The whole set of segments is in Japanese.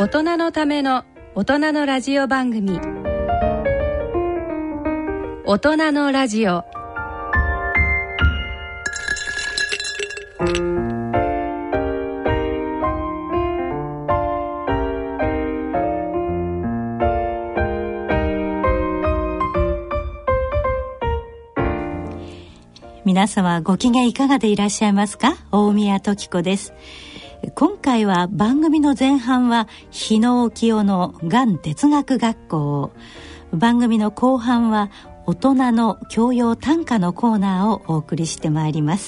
大人のための大人のラジオ番組、大人のラジオ。 皆様ご機嫌いかがでいらっしゃいますか？大宮時子です。今回は番組の前半は日野沖夫のがん哲学学校を、番組の後半は大人の教養短歌のコーナーをお送りしてまいります。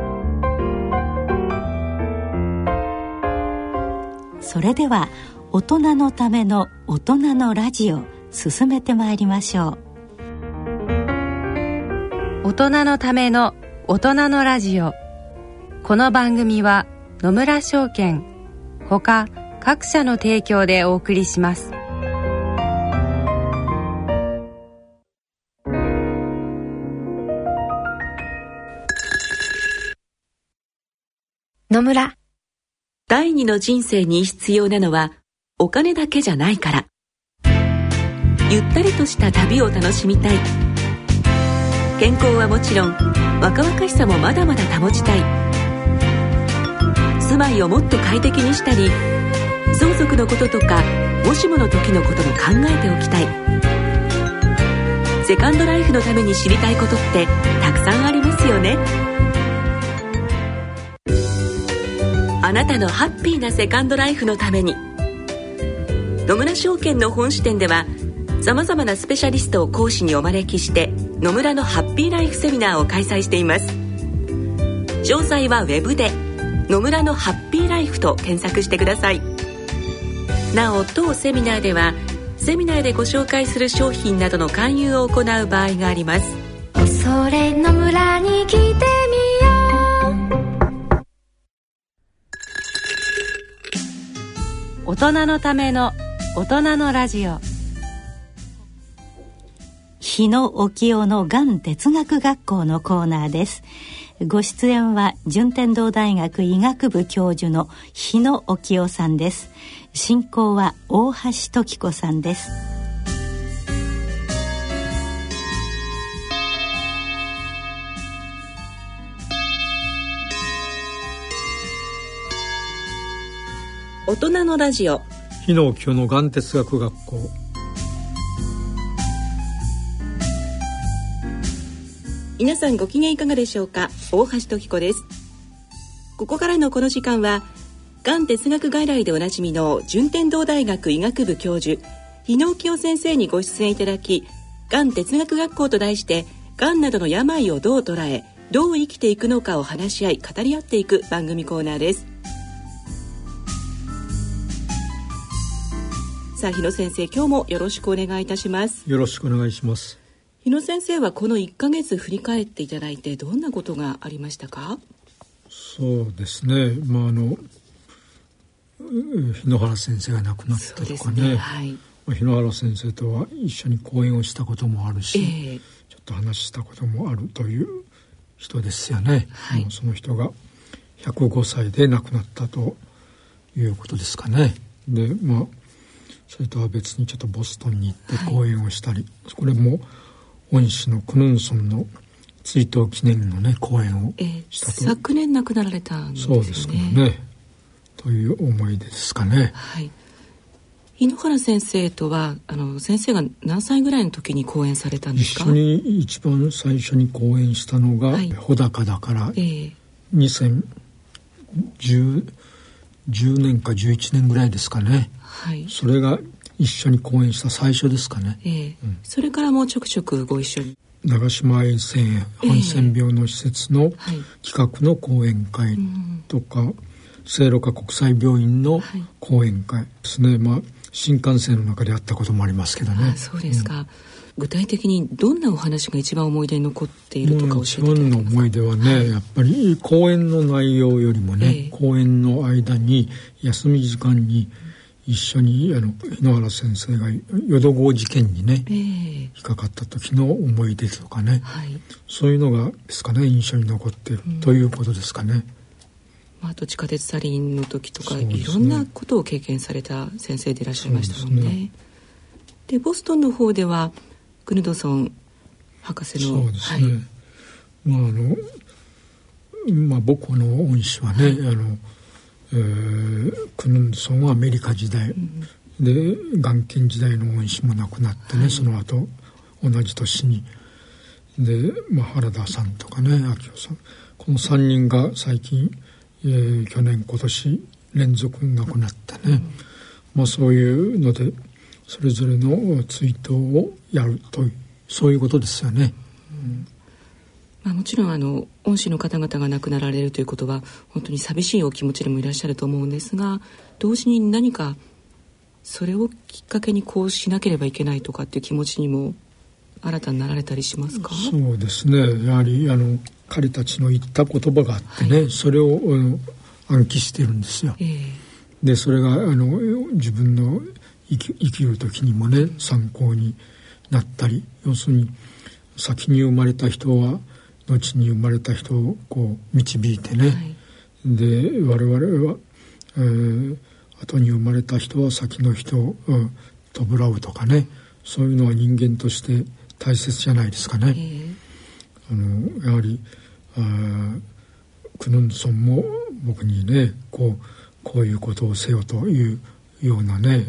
それでは大人のための大人のラジオ、進めてまいりましょう。 大人のための大人のラジオ。この番組は野村証券ほか各社の提供でお送りします。野村。 第二の人生に必要なのはお金だけじゃないから。ゆったりとした旅を楽しみたい。健康はもちろん若々しさもまだまだ保ちたい。住まいをもっと快適にしたり、相続のこととかもしもの時のことも考えておきたい。セカンドライフのために知りたいことってたくさんありますよね。あなたのハッピーなセカンドライフのために、野村証券の本支店ではさまざまなスペシャリストを講師にお招きして野村のハッピーライフセミナーを開催しています。詳細はウェブで野村のハッピーライフと検索してください。なお当セミナーではセミナーでご紹介する商品などの勧誘を行う場合があります。 それの村に来てみよう。 大人のための大人のラジオ。 日野沖夫のがん哲学学校のコーナーです。ご出演は順天堂大学医学部教授の日野沖夫さんです。進行は大橋時子さんです。 大人のラジオ、 日野沖夫のがん哲学学校。 皆さんご機嫌いかがでしょうか？大橋時子です。ここからのこの時間はがん哲学外来でおなじみの順天堂大学医学部教授日野沖夫先生にご出演いただき、がん哲学学校と題してがんなどの病をどう捉えどう生きていくのかを話し合い語り合っていく番組コーナーです。さあ日野先生、今日もよろしくお願いいたします。 よろしくお願いします。 日野先生はこの1ヶ月振り返っていただいてどんなことがありましたか？ そうですね、日野原先生が亡くなったとかね、はい、日野原先生とは一緒に講演をしたこともあるし、ちょっと話したこともあるという人ですよね、はい、その人が105歳で亡くなったということですかね。で、それとは別にちょっとボストンに行って講演をしたり、はい、これも恩師のクヌンソンの追悼記念のね講演をしたと、 昨年亡くなられたんですよね。 そうですけどね、という思い出ですかね。 はい、日野原先生とは先生が何歳ぐらいの時に講演されたんですか？ 一緒に一番最初に講演したのが、はい、穂高だから、2010年か11年ぐらいですかね、はい、それが一緒に講演した最初ですかね、 それからもうちょくちょくご一緒に。 長島愛生ハンセン病の施設の企画の講演会とか、聖路加国際病院の講演会ですね、新幹線の中であったこともありますけどね。 そうですか、具体的にどんなお話が一番思い出に残っているとか教えていただけますか？一番の思い出はね、 やっぱり講演の内容よりもね、講演の間に休み時間に一緒に日野原先生が淀号事件にね、引っかかった時の思い出とかね、はい、そういうのがですかね、印象に残っているということですかね。 あと地下鉄サリンの時とか、いろんなことを経験された先生でいらっしゃいましたもんね。でボストンの方ではクヌドソン博士の、 そうですね、僕の恩師はね、クヌドソンはアメリカ時代、で眼研時代の恩師も亡くなってね、その後同じ年にで、原田さんとかね、明夫さん、この3人が最近、去年今年連続亡くなってね、そういうのでそれぞれの追悼をやるという、そういうことですよね。 もちろん恩師の方々が亡くなられるということは本当に寂しいお気持ちでもいらっしゃると思うんですが、同時に何かそれをきっかけにこうしなければいけないとかっていう気持ちにも新たになられたりしますか？ そうですね、やはり彼たちの言った言葉があってね、それを暗記してるんですよ。でそれが自分の生きる時にもね参考になったり、要するに先に生まれた人は後に生まれた人をこう導いてね、で我々は、後に生まれた人は先の人を弔うとかね、そういうのは人間として大切じゃないですかね。やはりクヌドソンも僕にねこういうことをせよというようなね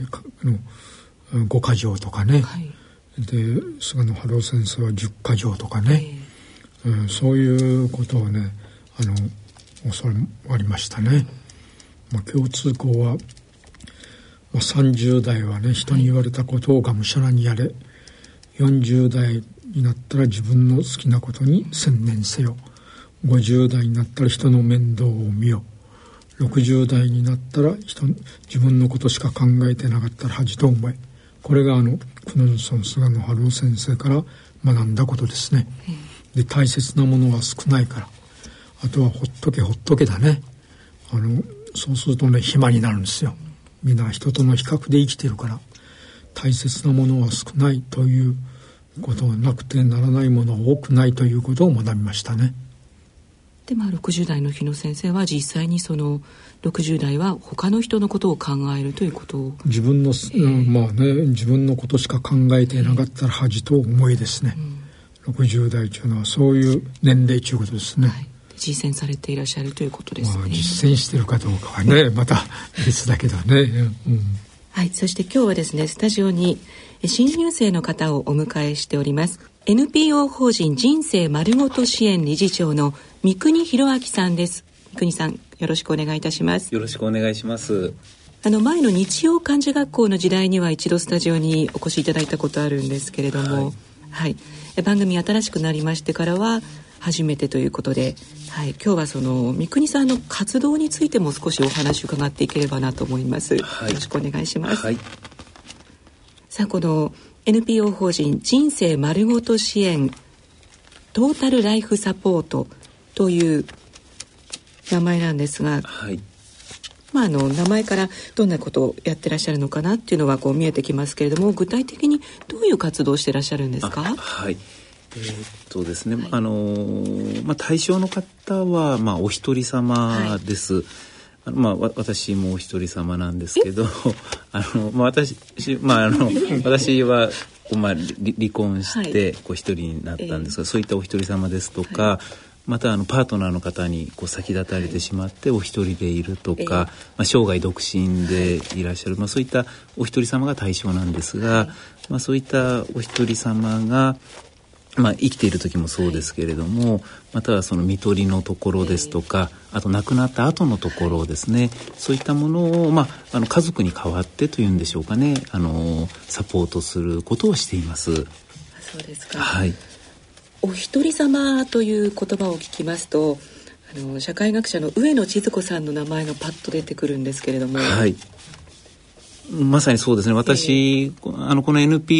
5か条とかね、で菅野春夫先生は10か条とかね、そういうことをね教わりましたね。共通項は、30代はね人に言われたことをがむしゃらにやれ、40代になったら自分の好きなことに専念せよ、50代になったら人の面倒を見よ、60代になったら自分のことしか考えてなかったら恥と思え。これがクヌドソン菅野春夫先生から学んだことですね。で大切なものは少ないから、あとはほっとけだね。そうするとね暇になるんですよ。みんな人との比較で生きてるから、大切なものは少ないということはなくてならないものは多くないということを学びましたね。 で60代の日野先生は実際にその60代は他の人のことを考えるということを、 自分の、自分のことしか考えていなかったら恥と思いですね。60代というのはそういう年齢ということですね。 実践されていらっしゃるということですね。 実践しているかどうかはねまた別だけどね。 そして今日はですねスタジオに新入生の方をお迎えしております。 NPO 法人人生丸ごと支援理事長の三國弘明さんです。三國さん、よろしくお願いいたします。 よろしくお願いします。 前の日曜漢字学校の時代には一度スタジオにお越しいただいたことあるんですけれども、番組新しくなりましてからは初めてということで、今日はその三國さんの活動についても少しお話を伺っていければなと思います。よろしくお願いします。さあ、この NPO 法人人生丸ごと支援トータルライフサポートという名前なんですが、名前からどんなことをやってらっしゃるのかなっていうのは見えてきますけれども、具体的にどういう活動をしてらっしゃるんですか？ ですね、対象の方はお一人様です。私もお一人様なんですけど私は離婚して一人になったんですが、そういったお一人様ですとか、またパートナーの方に先立たれてしまってお一人でいるとか、生涯独身でいらっしゃる、そういったお一人様が対象なんですが、そういったお一人様が生きている時もそうですけれども、またはその看取りのところですとか、あと亡くなった後のところですね、そういったものを、家族に代わってというんでしょうかね、サポートすることをしています。 そうですか。お一人様という言葉を聞きますと、社会学者の上野千鶴子さんの名前がパッと出てくるんですけれども、 まさにそうですね。私、この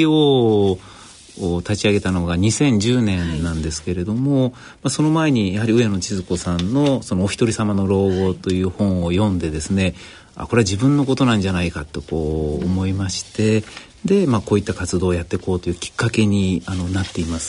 NPOを立ち上げたのが2010年なんですけれども、その前にやはり上野千鶴子さんのそのお一人様の老後という本を読んでですね、これは自分のことなんじゃないかと思いまして、で、こういった活動をやっていこうというきっかけになっています。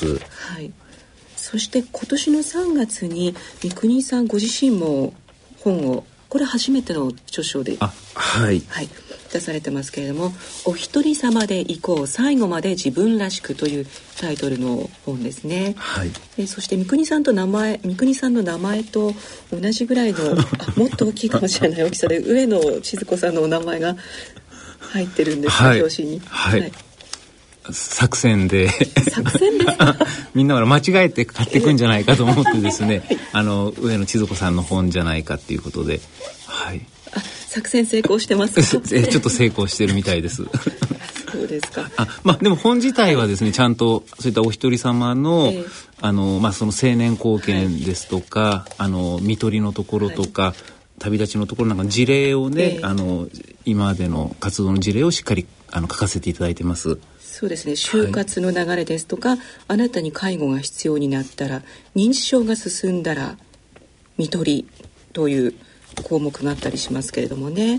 そして今年の3月に三國さんご自身も本をこれ初めての著書で、 はい、 出されてますけれども、お一人様で行こう最後まで自分らしくというタイトルの本ですね。 はい、 そして三國さんの名前と同じぐらいのもっと大きいかもしれない大きさで上野千鶴子さんのお名前が入ってるんですか、表紙に。 作戦で作戦ですかみんなは間違えて買っていくんじゃないかと思ってですね上野千鶴子さんの本じゃないかっていうことで、 作戦成功してますかちょっと成功してるみたいですそうですか。 でも本自体はですね、ちゃんとそういったお一人様の、その青年貢献ですとか、看取りのところとか、旅立ちのところなんか事例をね、今までの活動の事例をしっかり書かせていただいてます。 そうですね、就活の流れですとか、あなたに介護が必要になったら、認知症が進んだら看取りという項目があったりしますけれどもね。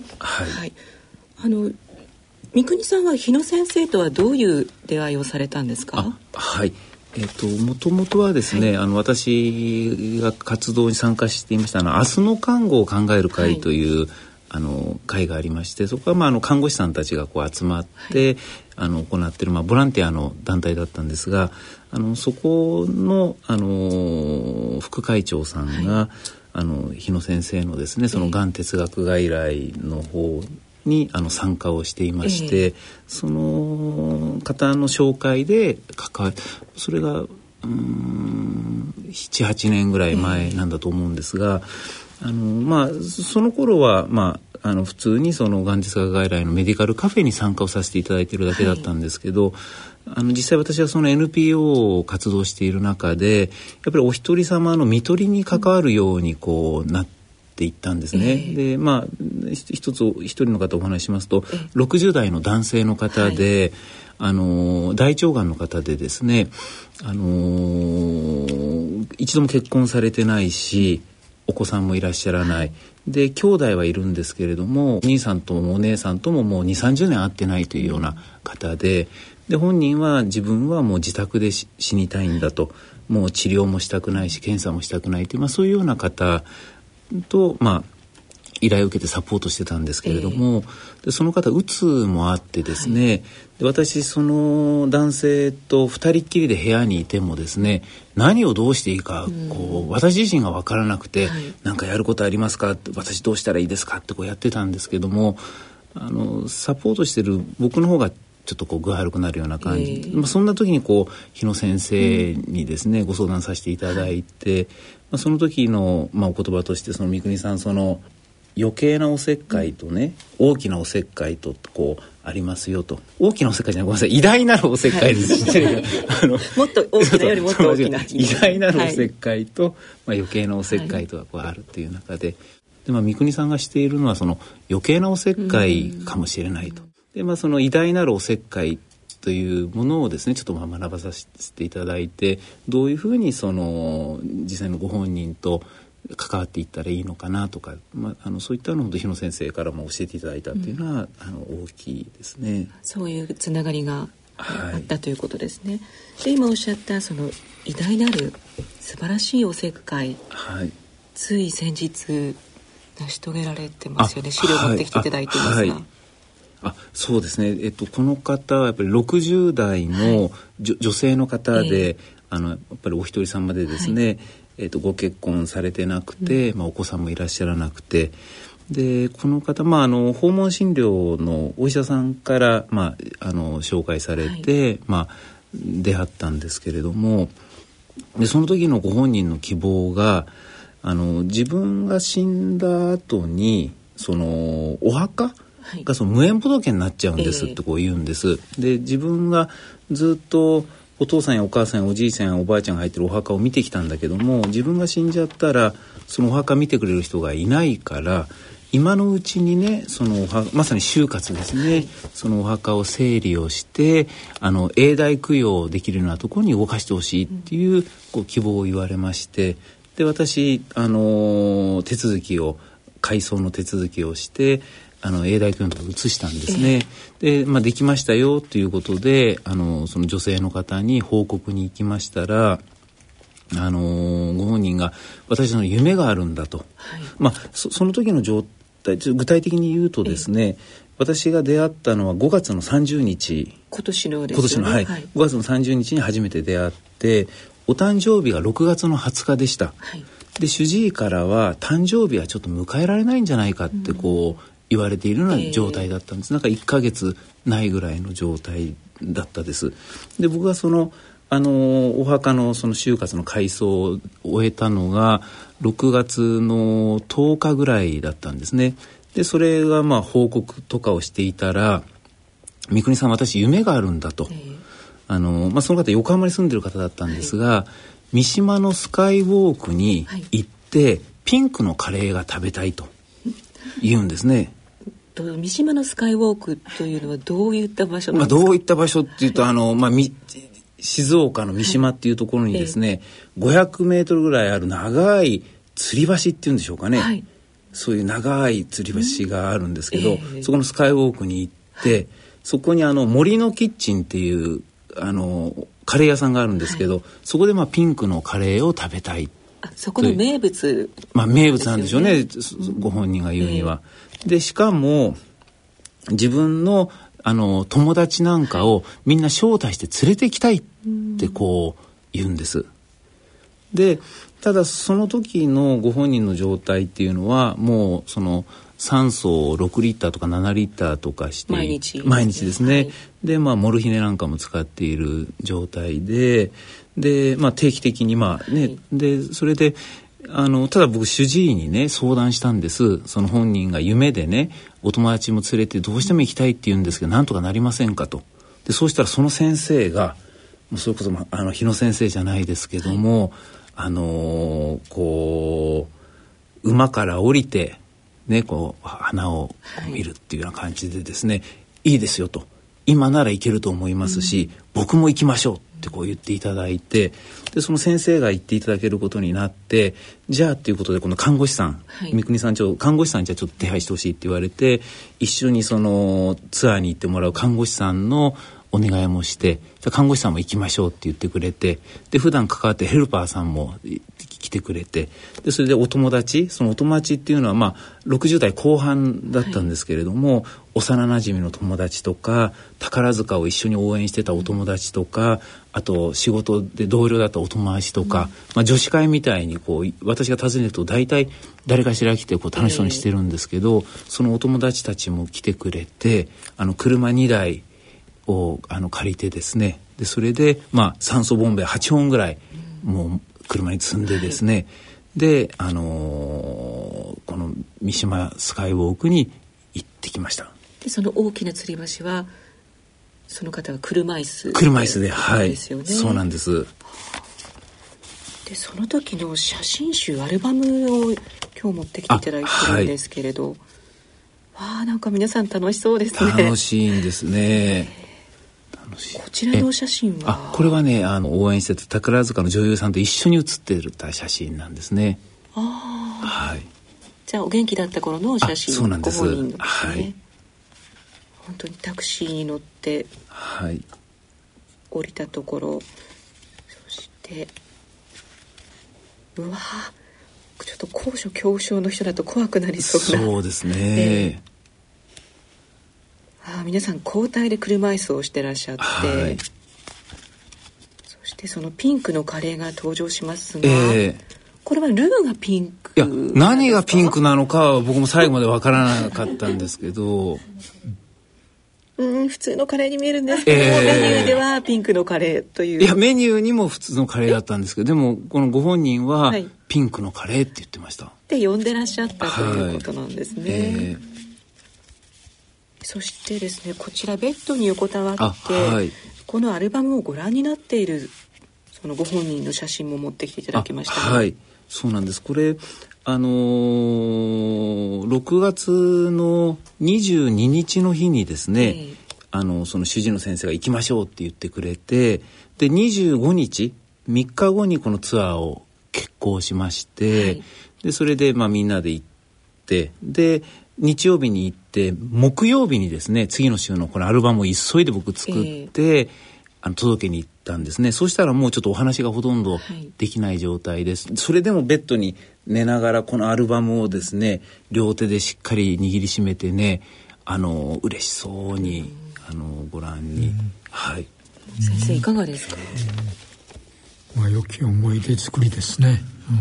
三國さんは日野先生とはどういう出会いをされたんですか？ もともとはですね、私が活動に参加していました明日の看護を考える会という、会がありまして、そこは看護師さんたちが集まって、行っているボランティアの団体だったんですが、そこの、副会長さんが、日野先生のですね、そのがん哲学外来の方に参加をしていまして、その方の紹介でそれが7,8 年ぐらい前なんだと思うんですが、その頃は普通にそのがん哲学外来のメディカルカフェに参加をさせていただいているだけだったんですけど、実際私はその NPO を活動している中で、やっぱりお一人様の看取りに関わるようになっていったんですね。で一人の方お話しますと、60代の男性の方で、大腸がんの方でですね、一度も結婚されてないし、お子さんもいらっしゃらない、で兄弟はいるんですけれども、お兄さんともお姉さんとももう 2,30 年会ってないというような方で、本人は自分はもう自宅で死にたいんだと、もう治療もしたくないし検査もしたくないという、そういうような方と依頼を受けてサポートしてたんですけれども、でその方うつもあってですね、で私その男性と二人っきりで部屋にいてもですね、何をどうしていいか私自身が分からなくて、何かやることありますかって、私どうしたらいいですかってやってたんですけども、サポートしてる僕の方がちょっと具合悪くなるような感じ、そんな時に日野先生にですね、ご相談させていただいて、その時の、お言葉として、その三國さん、その余計なおせっかいとね、大きなおせっかいとありますよと。大きなおせっかいじゃない、ごめんなさい、偉大なるおせっかいです。 もっと大きなよりもっと大きな偉大なるおせっかいと、余計なおせっかいとがあるっていう中で、三國さんがしているのはその余計なおせっかいかもしれないと。でその偉大なるおせっかいというものをですね、ちょっと学ばさせていただいて、どういうふうにその実際のご本人と関わっていったらいいのかなとか、そういったのを日野先生からも教えていただいたっていうのは、大きいですね。 そういうつながりがあったということですね。で今おっしゃったその偉大なる素晴らしいおせっかい、つい先日成し遂げられてますよね。資料持ってきていただいていますが、 そうですね、この方はやっぱり60代の、女性の方で、やっぱりお一人様でですね、ご結婚されてなくて、お子さんもいらっしゃらなくて、でこの方、訪問診療のお医者さんから、紹介されて、出会ったんですけれども、でその時のご本人の希望が、自分が死んだ後にそのお墓がその無縁仏になっちゃうんですって言うんです。で自分がずっとお父さんやお母さんやおじいさんやおばあちゃんが入ってるお墓を見てきたんだけども、自分が死んじゃったらそのお墓見てくれる人がいないから、今のうちにね、そのまさに就活ですね、そのお墓を整理をして永代供養できるようなところに動かしてほしいっていう、希望を言われまして、で私手続きを改装の手続きをして永代供養のところに移したんですね。で、できましたよということでその女性の方に報告に行きましたら、 ご本人が私の夢があるんだと、その時の状態具体的に言うとですね、私が出会ったのは5月の30日今年のですよね、 5月の30日に初めて出会って、お誕生日が6月の20日でした、で主治医からは誕生日はちょっと迎えられないんじゃないかって言われているような状態だったんです。なんか1ヶ月ないぐらいの状態だったです。で僕がそのお墓のその終活の改装を終えたのが6月の10日ぐらいだったんですね。でそれが報告とかをしていたら、三國さん私夢があるんだと、その方横浜に住んでる方だったんですが、三島のスカイウォークに行って、ピンクのカレーが食べたいと言うんですね。 三島のスカイウォークというのはどういった場所なんですか？ どういった場所っていうと静岡の三島っていうところにですね、500メートルぐらいある長い吊り橋っていうんでしょうかね、そういう長い吊り橋があるんですけど、そこのスカイウォークに行って、そこに森のキッチンっていうカレー屋さんがあるんですけど、そこでピンクのカレーを食べたい。 そこの名物、 名物なんでしょうね、ご本人が言うには。でしかも自分の友達なんかをみんな招待して連れてきたいって言うんです。でただその時のご本人の状態っていうのはもうその酸素を6リッターとか7リッターとかして毎日ですね、でモルヒネなんかも使っている状態で定期的にでそれでただ僕主治医にね相談したんです。その本人が夢でねお友達も連れてどうしても行きたいって言うんですけどなんとかなりませんかと。でそうしたらその先生がもうそれこそ日野先生じゃないですけども、馬から降りてね花を見るっていうような感じでですね、いいですよと、今なら行けると思いますし、僕も行きましょうって言っていただいて、でその先生が言っていただけることになって、じゃあっていうことでこの看護師さん、三國さん看護師さんじゃちょっと手配してほしいって言われて、一緒にそのツアーに行ってもらう看護師さんのお願いもして、じゃあ看護師さんも行きましょうって言ってくれて、で普段関わってヘルパーさんも来てくれて、でそれでそのお友達っていうのは60代後半だったんですけれども、幼なじみの友達とか宝塚を一緒に応援してたお友達とか、あと仕事で同僚だったお友達とか、女子会みたいに私が訪ねると大体誰かしら来て楽しそうにしてるんですけど、そのお友達たちも来てくれて、車2台を借りてですね、でそれで酸素ボンベ8本ぐらいもう車に積んでですね、でこの三島スカイウォークに行ってきました。 でその大きな吊り橋はその方は車椅子で、 ですよね。 そうなんです。 でその時の写真集アルバムを今日持ってきていただいてるんですけれど、なんか皆さん楽しそうですね。 楽しいんですね。 こちらの写真はこれはね応援してた宝塚の女優さんと一緒に写ってた写真なんですね。 じゃあお元気だった頃の写真。 そうなんです。 ご本人のですね。本当にタクシーに乗って降りたところ、そしてちょっと高所恐怖症の人だと怖くなりそうな。 そうですね。 皆さん交代で車椅子をしてらっしゃって、そしてそのピンクのカレーが登場しますが、これはルーがピンク。 いや何がピンクなのかは僕も最後まで分からなかったんですけど普通のカレーに見えるんですけど、メニューではピンクのカレーという。 いやメニューにも普通のカレーだったんですけど、でもこのご本人はピンクのカレーって言ってました。 で呼んでらっしゃったということなんですね。そしてですね、こちらベッドに横たわって、このアルバムをご覧になっているそのご本人の写真も持ってきていただきました、ね。 そうなんです。これ6月の22日の日にですね、その主治医の先生が行きましょうって言ってくれて、で25日3日後にこのツアーを決行しまして、でそれでみんなで行って、で日曜日に行って木曜日にですね次の週のこのアルバムを急いで僕作って、届けに行ったんですね。そうしたらもうちょっとお話がほとんどできない状態です、それでもベッドに寝ながらこのアルバムをですね両手でしっかり握りしめてね嬉しそうにご覧に、はい。 先生いかがですか？ 良き思い出作りですね、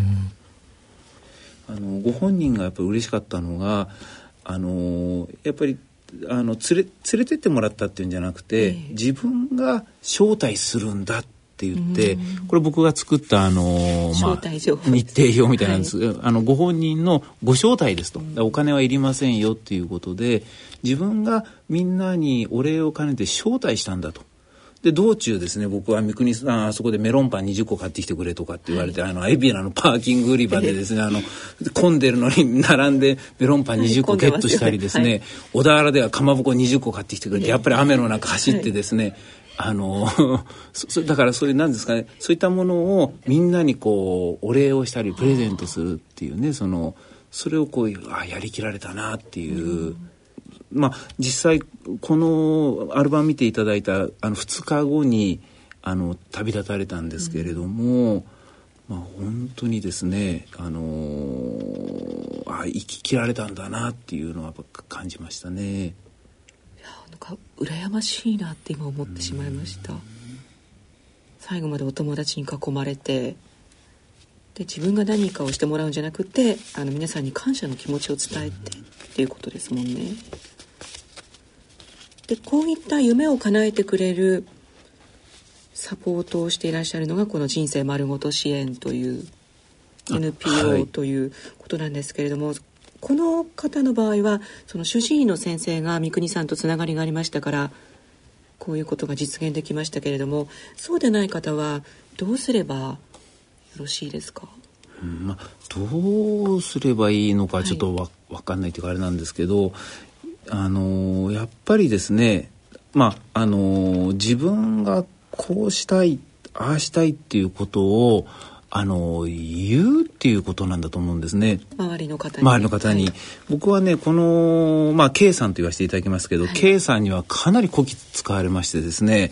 ご本人がやっぱり嬉しかったのがやっぱり連れてってもらったっていうんじゃなくて、自分が招待するんだって言って、これ僕が作った招待状、 日程表みたいなんです、ご本人のご招待ですと、お金はいりませんよっていうことで自分がみんなにお礼を兼ねて招待したんだと。で道中ですね、僕は三國さんあそこでメロンパン20個買ってきてくれとかって言われて、海老名のパーキング売り場でですね混んでるのに並んでメロンパン20個ゲットしたりですね、小田原ではかまぼこ20個買ってきてくれて、やっぱり雨の中走ってですね、だからそういう何ですかね、そういったものをみんなにこうお礼をしたりプレゼントするっていうね、それをこうやりきられたなっていう、実際このアルバム見ていただいた2日後に旅立たれたんですけれども、本当にですね生き切られたんだなっていうのは感じましたね。 いやなんか羨ましいなって今思ってしまいました。最後までお友達に囲まれて、で自分が何かをしてもらうんじゃなくて皆さんに感謝の気持ちを伝えてっていうことですもんね。でこういった夢を叶えてくれるサポートをしていらっしゃるのがこの人生丸ごと支援という NPO ということなんですけれども、この方の場合はその主治医の先生が三國さんとつながりがありましたからこういうことが実現できましたけれども、そうでない方はどうすればよろしいですか？ どうすればいいのかちょっと分かんないというかあれなんですけど、やっぱりですね、自分がこうしたいああしたいっていうことを言うっていうことなんだと思うんですね。周りの方に、僕はねこのK さんと言わせていただきますけど、K さんにはかなりこき使われましてですね、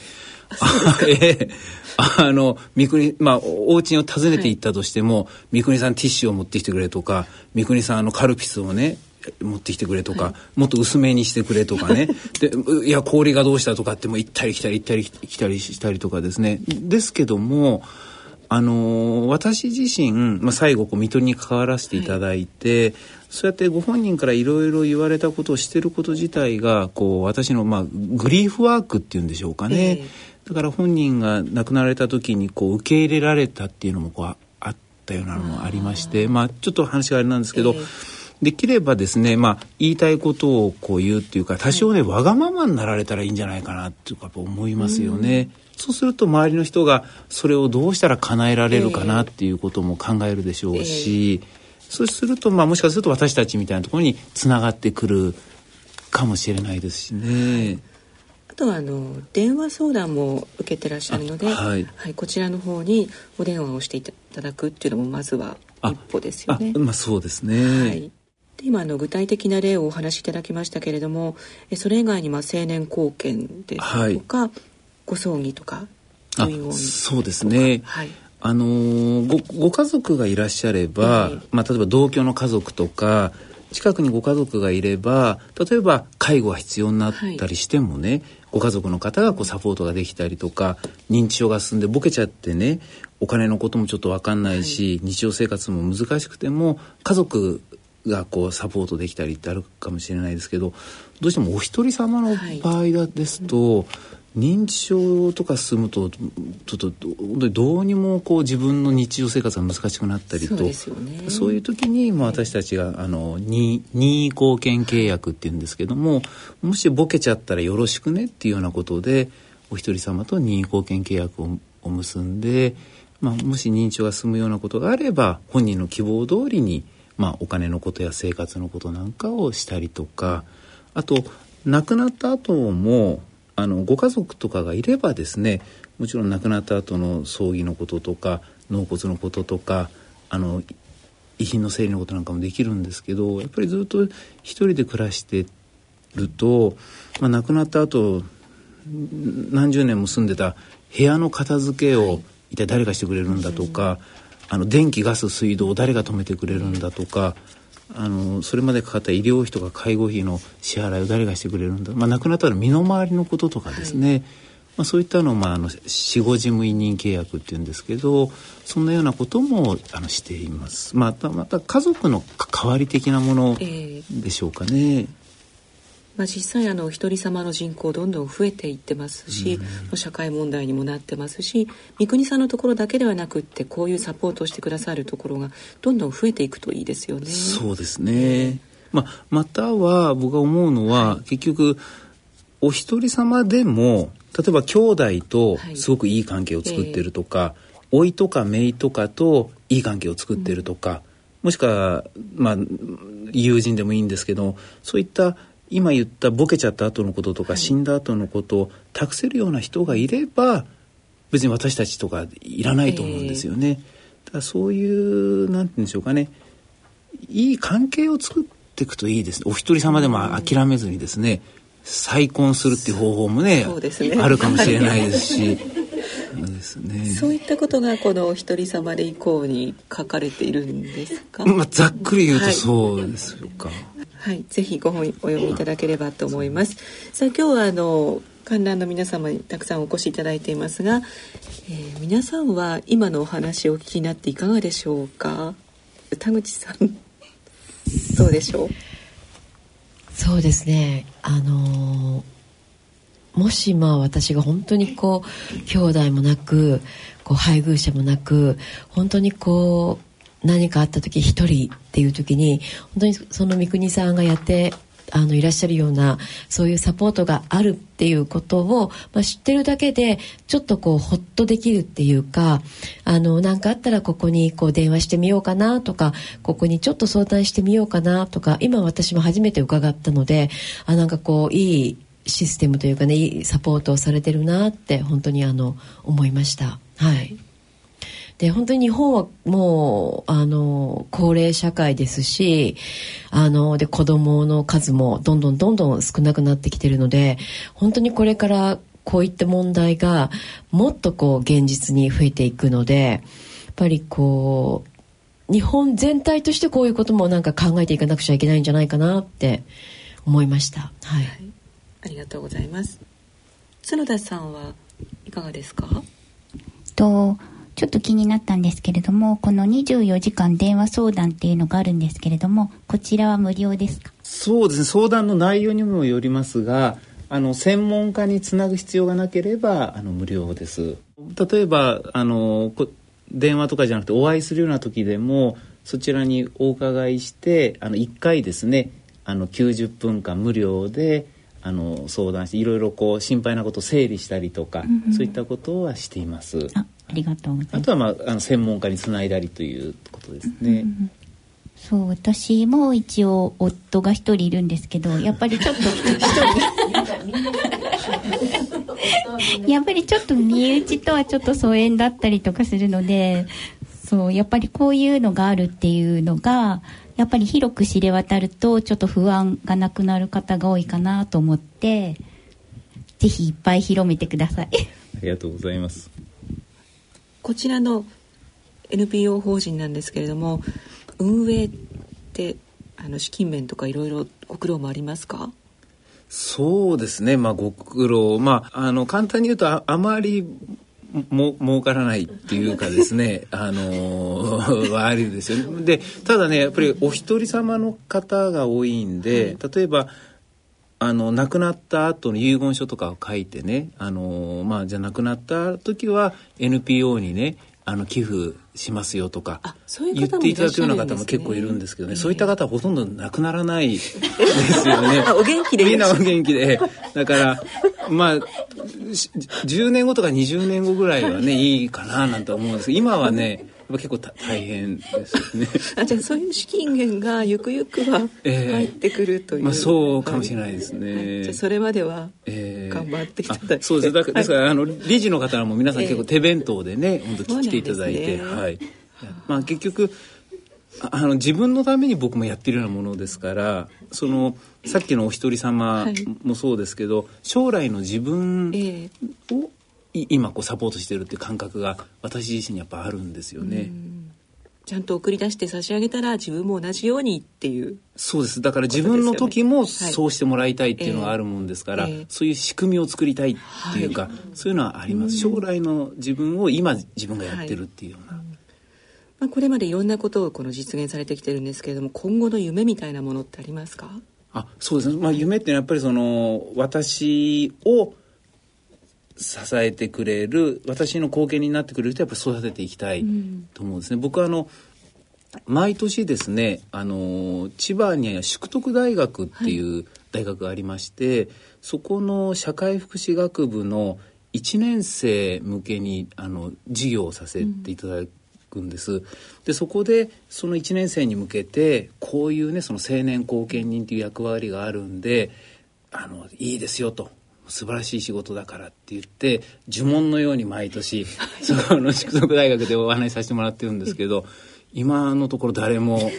三國お家を訪ねて行ったとしても、三國さんティッシュを持ってきてくれとか、三國さんカルピスをね持ってきてくれとか、もっと薄めにしてくれとかねでいや氷がどうしたとかっても行ったり来たりしたりとかですね。ですけども私自身、最後看取りに関わらせていただいて、そうやってご本人からいろいろ言われたことをしていること自体が私のグリーフワークっていうんでしょうかね、だから本人が亡くなられた時に受け入れられたっていうのもあったようなのもありまして、ちょっと話があれなんですけど、できればですね、言いたいことを言うっていうか、多少ねわがままになられたらいいんじゃないかなっていうか思いますよね。そうすると周りの人がそれをどうしたら叶えられるかなっていうことも考えるでしょうし、そうするともしかすると私たちみたいなところにつながってくるかもしれないですしね。 あとは電話相談も受けてらっしゃるので、こちらの方にお電話をしていただくっていうのもまずは一歩ですよね。 そうですね。 で今具体的な例をお話しいただきましたけれども、それ以外に青年貢献ですとか、ご葬儀とかそうですね、ご家族がいらっしゃれば、例えば同居の家族とか近くにご家族がいれば、例えば介護が必要になったりしてもね、ご家族の方がサポートができたりとか、認知症が進んでボケちゃってねお金のこともちょっと分かんないし、日常生活も難しくても家族がサポートできたりってあるかもしれないですけど、どうしてもお一人様の場合ですと、認知症とか進むとちょっと本当にどうにも自分の日常生活が難しくなったりと、そういう時に私たちが任意貢献契約っていうんですけども、もしボケちゃったらよろしくねっていうようなことでお一人様と任意貢献契約を結んで、もし認知症が進むようなことがあれば本人の希望通りにお金のことや生活のことなんかをしたりとか、あと亡くなった後もご家族とかがいればですね、もちろん亡くなった後の葬儀のこととか納骨のこととか遺品の整理のことなんかもできるんですけど、やっぱりずっと一人で暮らしてると、亡くなった後何十年も住んでた部屋の片付けを一体誰がしてくれるんだとか、電気ガス水道を誰が止めてくれるんだとか、それまでかかった医療費とか介護費の支払いを誰がしてくれるんだ、亡くなったら身の回りのこととかですね、そういったのを、死後事務委任契約っていうんですけど、そんなようなこともしています。また家族の関わり的なものでしょうかね。 実際お一人様の人口どんどん増えていってますし、社会問題にもなってますし、三國さんのところだけではなくって、こういうサポートをしてくださるところがどんどん増えていくといいですよね。 そうですね。または僕が思うのは、結局お一人様でも、例えば兄弟とすごくいい関係を作ってるとか、甥いとか姪いとかといい関係を作ってるとか、もしくは友人でもいいんですけど、そういった今言ったボケちゃった後のこととか、死んだ後のことを託せるような人がいれば、別に私たちとかいらないと思うんですよね。だからそういうなんて言うんでしょうかね、いい関係を作っていくといいですね。お一人様でも諦めずにですね、再婚するっていう方法もね、あるかもしれないですしそうですね。 そういったことがこのお一人様で以降に書かれているんですか？ ざっくり言うとそうですよか。 ぜひご本お読みいただければと思います。さあ今日は観覧の皆様にたくさんお越しいただいていますが、皆さんは今のお話をお聞きになっていかがでしょうか？田口さんどうでしょう？ そうですね、もし私が本当に兄弟もなく配偶者もなく、本当に何かあった時一人っていう時に、本当にその三國さんがやっていらっしゃるようなそういうサポートがあるっていうことを、知ってるだけでちょっとほっとできるっていうか、何かあったらここに電話してみようかなとか、ここにちょっと相談してみようかなとか、今私も初めて伺ったので、いいシステムというかね、いいサポートをされてるなって本当に思いました。で本当に日本はもう高齢社会ですし、で子供の数もどんどん少なくなってきてるので、本当にこれからこういった問題がもっと現実に増えていくので、やっぱり日本全体としてこういうことも考えていかなくちゃいけないんじゃないかなって思いました。 ありがとうございます。角田さんはいかがですか？ ちょっと気になったんですけれども、この24時間電話相談っていうのがあるんですけれども、こちらは無料ですか？ そうですね、相談の内容にもよりますが、専門家につなぐ必要がなければ無料です。例えば電話とかじゃなくてお会いするような時でも、そちらにお伺いして1回ですね、90分間無料で相談して、いろいろ心配なことを整理したりとか、そういったことはしています。 ありがとうございます。 あとは専門家につないだりということですね。 そう、私も一応夫が一人いるんですけど、やっぱりちょっとやっぱりちょっと身内とはちょっと疎遠だったりとかするので、そうやっぱりこういうのがあるっていうのがやっぱり広く知れ渡ると、ちょっと不安がなくなる方が多いかなと思って、ぜひいっぱい広めてください。 ありがとうございます。 こちらの NPO 法人なんですけれども、運営って資金面とかいろいろご苦労もありますか？ そうですね、ご苦労、簡単に言うとあまり儲からないっていうかですね悪いですよね。でただね、やっぱりお一人様の方が多いんで、例えば亡くなった後の遺言書とかを書いてね、じゃあ亡くなった時は NPO にね寄付しますよとか言っていただくような方も結構いるんですけどね、そういった方はほとんど亡くならないですよね。 お元気でみんなお元気で、だから10年後とか20年後ぐらいはねいいかななんて思うんですけど、今はね結構大変ですね。 じゃあそういう資金源がゆくゆくは入ってくるという、 そうかもしれないですね。 じゃあそれまでは頑張っていただいて、 そうです。ですから理事の方も皆さん結構手弁当でね、本当来ていただいて、結局自分のために僕もやってるようなものですから、さっきのお一人様もそうですけど、将来の自分を今サポートしてるっていう感覚が私自身にやっぱあるんですよね。 ちゃんと送り出して差し上げたら自分も同じようにっていう、 そうです。だから自分の時もそうしてもらいたいっていうのがあるもんですから、そういう仕組みを作りたいっていうか、そういうのはあります。将来の自分を今自分がやってるっていうような、 これまでいろんなことを実現されてきてるんですけれども、今後の夢みたいなものってありますか？ そうですね。夢ってやっぱり私を支えてくれる、私の貢献になってくれる人をやっぱり育てていきたいと思うんですね。僕は毎年ですね、千葉には淑徳大学っていう大学がありまして、そこの社会福祉学部の1年生向けに授業をさせていただくんです。でそこでその1年生に向けてこういうね、その青年後見人という役割があるんで、いいですよと、素晴らしい仕事だからって言って呪文のように毎年その淑徳大学でお話しさせてもらってるんですけど、今のところ誰も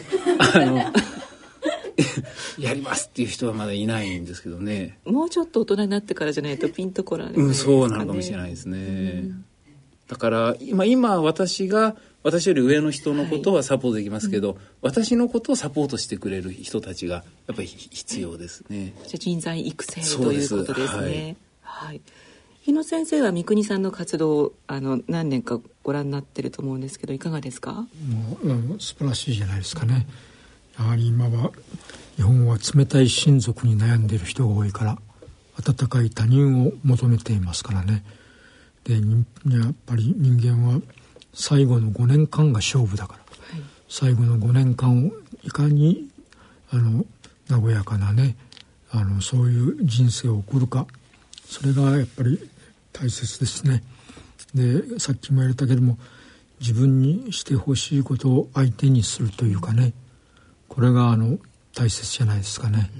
やりますっていう人はまだいないんですけどね。 もうちょっと大人になってからじゃないとピンとこらないですかね。 そうなのかもしれないですね。だから今私より上の人のことはサポートできますけど、私のことをサポートしてくれる人たちがやっぱり必要ですね。 じゃ人材育成ということですね。日野先生は三國さんの活動を何年かご覧になってると思うんですけど、いかがですか？ もう素晴らしいじゃないですかね。やはり今は日本は冷たい親族に悩んでいる人が多いから、温かい他人を求めていますからね。でやっぱり人間は最後の5年間が勝負だから、最後の5年間をいかに和やかなね、そういう人生を送るか、それがやっぱり大切ですね。でさっきも言われたけども、自分にしてほしいことを相手にするというかね、これが大切じゃないですかね。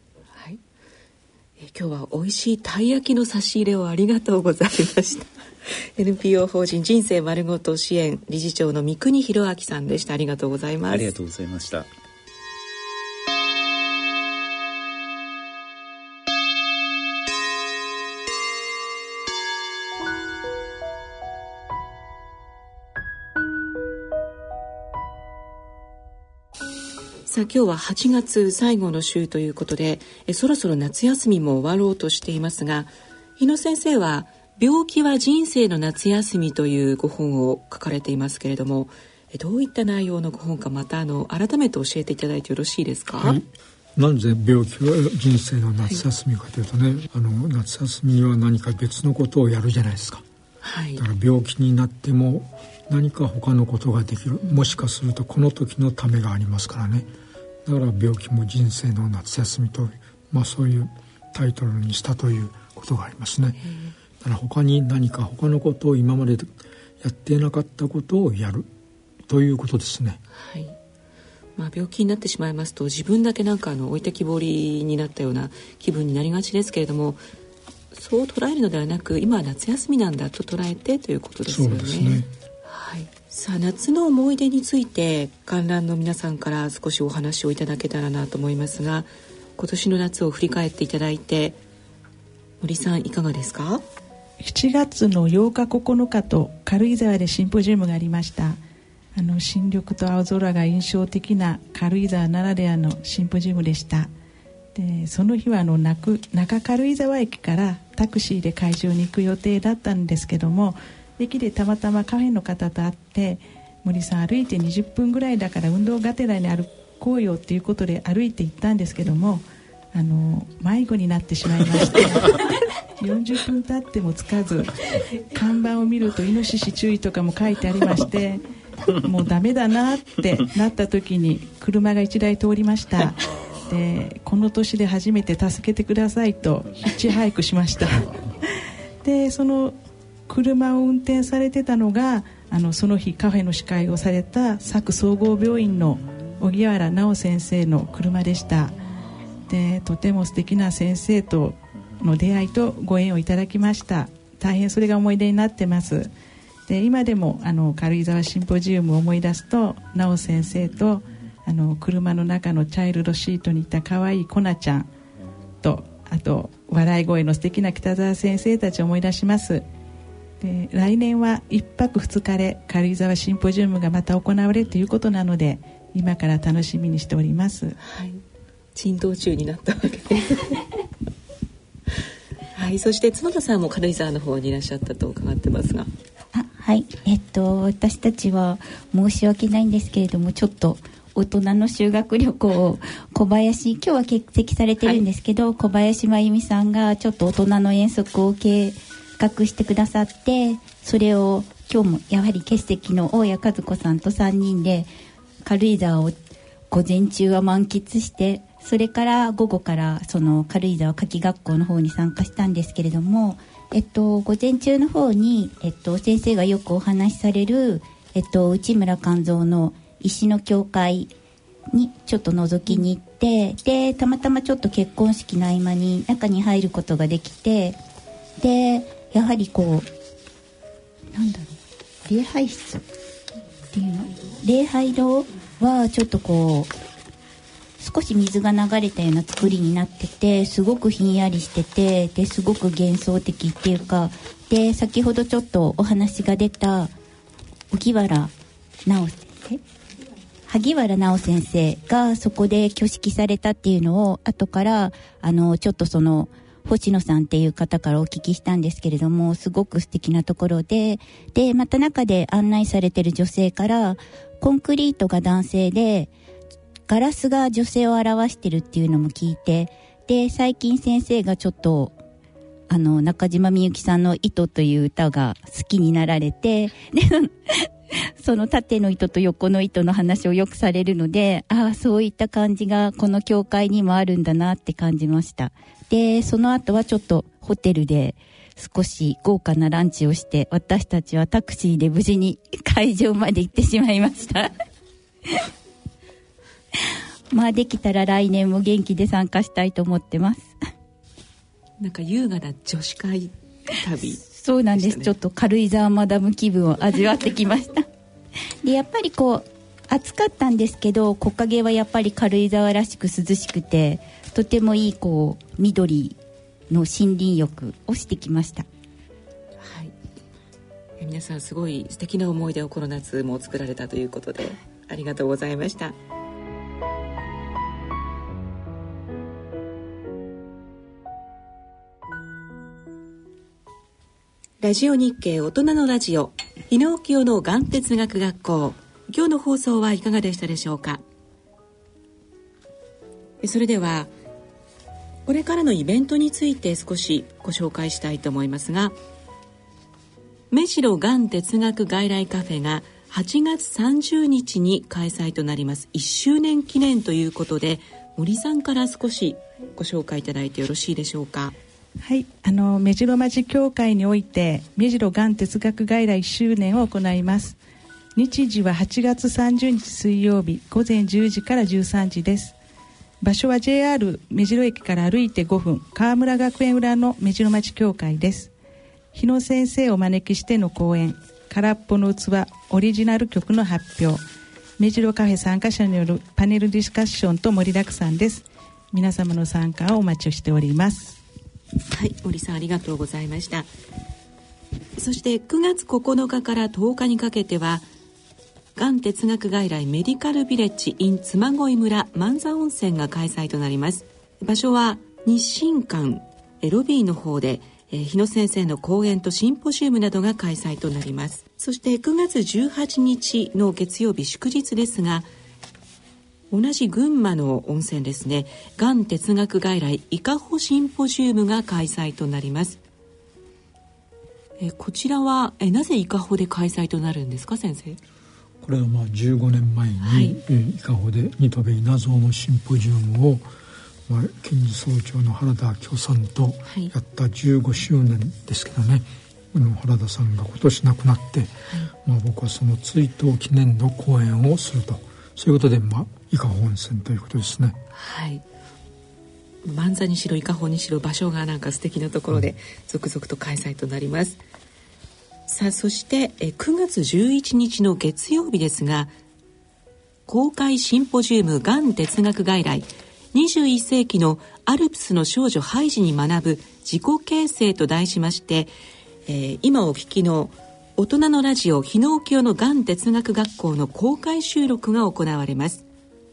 今日は美味しいたい焼きの差し入れをありがとうございました。NPO 法人人生丸ごと支援理事長の三國弘明さんでした。ありがとうございます。 ありがとうございました。 さあ今日は8月最後の週ということで、そろそろ夏休みも終わろうとしていますが、日野先生は病気は人生の夏休みというご本を書かれていますけれども、どういった内容のご本か、また改めて教えていただいてよろしいですか？ なぜ病気は人生の夏休みかというとね、夏休みには何か別のことをやるじゃないですか。だから病気になっても何か他のことができる、もしかするとこの時のためがありますからね。だから病気も人生の夏休みと、そういうタイトルにしたということがありますね。だから他に何か他のことを今までやっていなかったことをやるということですね。 病気になってしまいますと、自分だけ置いてきぼりになったような気分になりがちですけれども、そう捉えるのではなく、今は夏休みなんだと捉えてということですよね。 そうですね。 さあ夏の思い出について観覧の皆さんから少しお話をいただけたらなと思いますが、今年の夏を振り返っていただいて、森さんいかがですか ？7月の8日9日と軽井沢でシンポジウムがありました。新緑と青空が印象的な軽井沢ならではのシンポジウムでした。でその日は中軽井沢駅からタクシーで会場に行く予定だったんですけども、駅でたまたまカフェの方と会って、森さん歩いて20分ぐらいだから運動がてらに歩こうよっていうことで歩いて行ったんですけども、迷子になってしまいまして40分経ってもつかず、看板を見るとイノシシ注意とかも書いてありまして、もうダメだなってなった時に車が1台通りました。でこの年で初めて助けてくださいとヒッチハイクしました。でその車を運転されてたのがその日カフェの司会をされた佐久総合病院の荻原直先生の車でした。でとても素敵な先生との出会いとご縁をいただきました。大変それが思い出になってます。で今でも軽井沢シンポジウムを思い出すと、直先生と車の中のチャイルドシートにいた可愛いコナちゃんと、あと笑い声の素敵な北澤先生たちを思い出します。 で来年は1泊2日で軽井沢シンポジウムがまた行われるということなので、今から楽しみにしております。 はい、珍道中になったわけですはい、そして角田さんも軽井沢の方にいらっしゃったと伺ってますが。 はい、私たちは申し訳ないんですけれども、ちょっと大人の修学旅行を今日は欠席されてるんですけど、はい、小林真由美さんがちょっと大人の遠足を計画してくださって、それを今日もやはり欠席の大谷和子さんと3人で軽井沢を午前中は満喫して、それから午後からその軽井沢夏季学校の方に参加したんですけれども、午前中の方に、先生がよくお話しされる、内村勘三の石の教会にちょっと覗きに行って、でたまたまちょっと結婚式の合間に中に入ることができて、でやはりこう礼拝室っていうの、礼拝堂はちょっとこう少し水が流れたような作りになってて、すごくひんやりしてて、ですごく幻想的っていうか、で先ほどちょっとお話が出た萩原直先生がそこで挙式されたっていうのを後からちょっとその星野さんっていう方からお聞きしたんですけれども、すごく素敵なところで、また中で案内されてる女性から、コンクリートが男性でガラスが女性を表してるっていうのも聞いて、で最近先生がちょっと中島みゆきさんの糸という歌が好きになられて、でその縦の糸と横の糸の話をよくされるので、そういった感じがこの教会にもあるんだなって感じました。でその後はちょっとホテルで少し豪華なランチをして、私たちはタクシーで無事に会場まで行ってしまいましたできたら来年も元気で参加したいと思ってます。 なんか優雅な女子会旅、 そうなんです、ちょっと軽井沢マダム気分を味わってきましたでやっぱりこう暑かったんですけど、木陰はやっぱり軽井沢らしく涼しくて、とてもいいこう緑の森林浴をしてきました。 はい、皆さんすごい素敵な思い出をこの夏も作られたということで、ありがとうございました。ラジオ日経大人のラジオ、日野清の眼哲学学校。今日の放送はいかがでしたでしょうか。それではこれからのイベントについて少しご紹介したいと思いますが、目白眼哲学外来カフェが8月30日に開催となります。1周年記念ということで、森さんから少しご紹介いただいてよろしいでしょうか。 はい、目白町教会において目白眼哲学外来1周年を行います。日時は8月30日水曜日午前10時から13時です。場所は JR 目白駅から歩いて5分、川村学園裏の目白町教会です。日野先生をお招きしての講演、空っぽの器オリジナル曲の発表、目白カフェ参加者によるパネルディスカッションと盛りだくさんです。皆様の参加をお待ちしております。 はい、森さんありがとうございました。そして9月9日から10日にかけては眼哲学外来メディカルビレッジ in 嬬恋村万座温泉が開催となります。場所は日清館ロビーの方で、日野先生の講演とシンポジウムなどが開催となります。そして9月18日の月曜日祝日ですが、同じ群馬の温泉ですね、眼哲学外来伊香保シンポジウムが開催となります。こちらはなぜ伊香保で開催となるんですか、先生。 これは15年前に、伊香保で新渡戸稲造のシンポジウムを、検事総長の原田明夫さんとやった15周年ですけどね、原田さんが今年亡くなって、僕はその追悼記念の講演をすると、そういうことで、伊香保温泉ということですね。 はい、万座にしろ伊香保にしろ場所がなんか素敵なところで続々と開催となります。さあ、そして9月11日の月曜日ですが、公開シンポジウム眼哲学外来21世紀のアルプスの少女ハイジに学ぶ自己形成と題しまして、 今お聞きの大人のラジオ日野清のがん哲学学校の公開収録が行われます。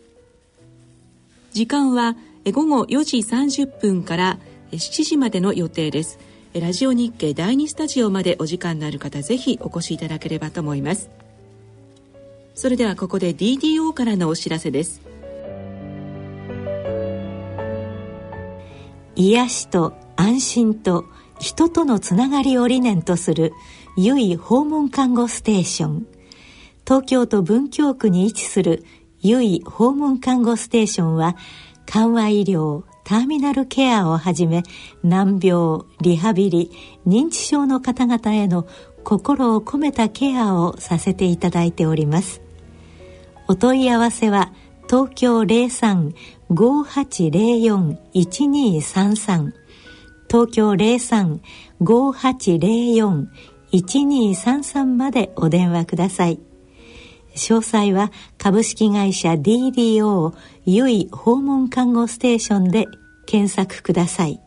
時間は午後4時30分から7時までの予定です。ラジオ日経第2スタジオまでお時間のある方、ぜひお越しいただければと思います。それではここで DDO からのお知らせです。 癒しと安心と人とのつながりを理念とする由井訪問看護ステーション。東京都文京区に位置する由井訪問看護ステーションは、緩和医療、ターミナルケアをはじめ、難病、リハビリ、認知症の方々への心を込めたケアをさせていただいております。お問い合わせは東京 03-5804-1233 東京 03-5804-1233 までお電話ください。詳細は株式会社 DDO 由井訪問看護ステーションで検索ください。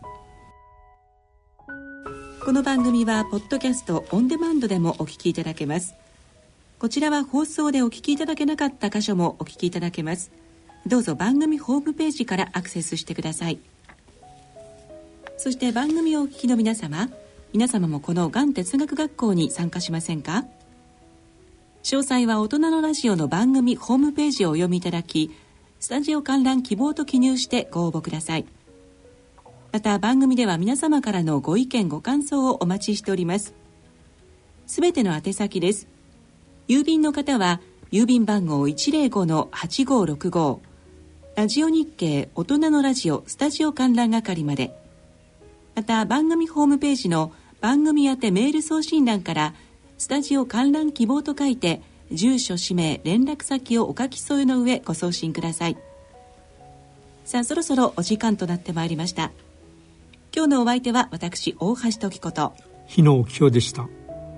この番組はポッドキャストオンデマンドでもお聞きいただけます。こちらは放送でお聞きいただけなかった箇所もお聞きいただけます。どうぞ番組ホームページからアクセスしてください。そして番組をお聞きの皆様もこのがん哲学学校に参加しませんか？詳細は大人のラジオの番組ホームページをお読みいただき、スタジオ観覧希望と記入してご応募ください。また番組では皆様からのご意見ご感想をお待ちしております。すべての宛先です。郵便の方は郵便番号 105-8565 ラジオ日経大人のラジオスタジオ観覧係まで。また番組ホームページの番組宛てメール送信欄からスタジオ観覧希望と書いて、住所氏名連絡先をお書き添えの上ご送信ください。さあ、そろそろお時間となってまいりました。今日のお相手は私大橋時子と日野清でした。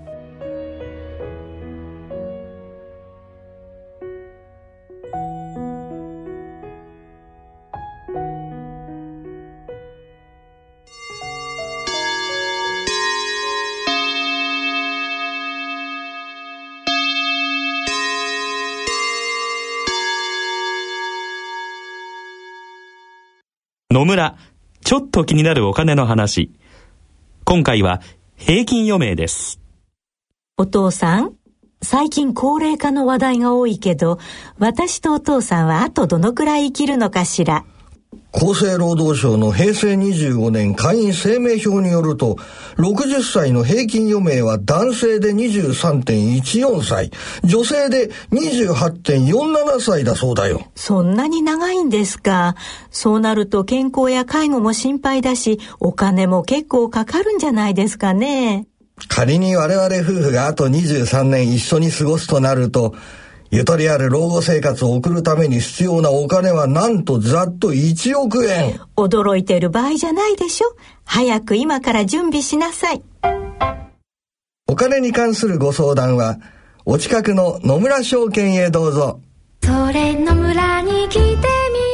野村、ちょっと気になるお金の話。今回は平均余命です。 お父さん、最近高齢化の話題が多いけど、私とお父さんはあとどのくらい生きるのかしら。 厚生労働省の平成25年会員生命表によると、60歳の平均余命は男性で 23.14 歳、女性で 28.47 歳だそうだよ。 そんなに長いんですか。そうなると健康や介護も心配だし、お金も結構かかるんじゃないですかね。 仮に我々夫婦があと23年一緒に過ごすとなると、ゆとりある老後生活を送るために必要なお金はなんとざっと1億円。 驚いてる場合じゃないでしょ。早く今から準備しなさい。 お金に関するご相談はお近くの野村証券へどうぞ。 それ野村に来てみよ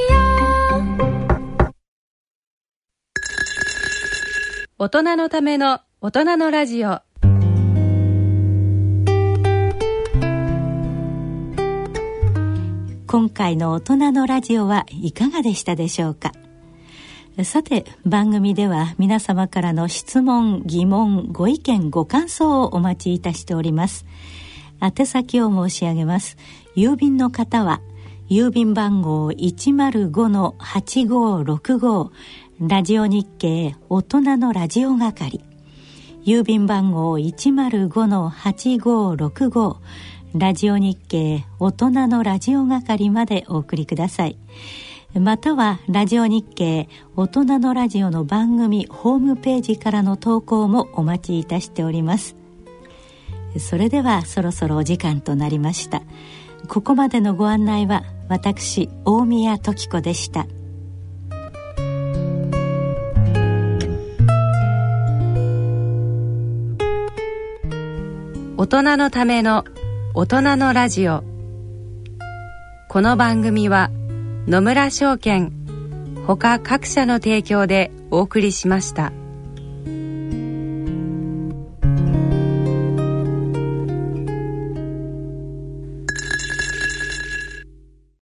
う。 大人のための大人のラジオ。 今回の大人のラジオはいかがでしたでしょうか。さて、番組では皆様からの質問、疑問、ご意見、ご感想をお待ちいたしております。宛先を申し上げます。郵便の方は郵便番号 105-8565 ラジオ日経大人のラジオ係、郵便番号 105-8565 ラジオ日経大人のラジオ係までお送りください。またはラジオ日経大人のラジオの番組ホームページからの投稿もお待ちいたしております。それではそろそろお時間となりました。ここまでのご案内は私大宮時子でした。 大人のための大人のラジオ。この番組は野村証券ほか各社の提供でお送りしました。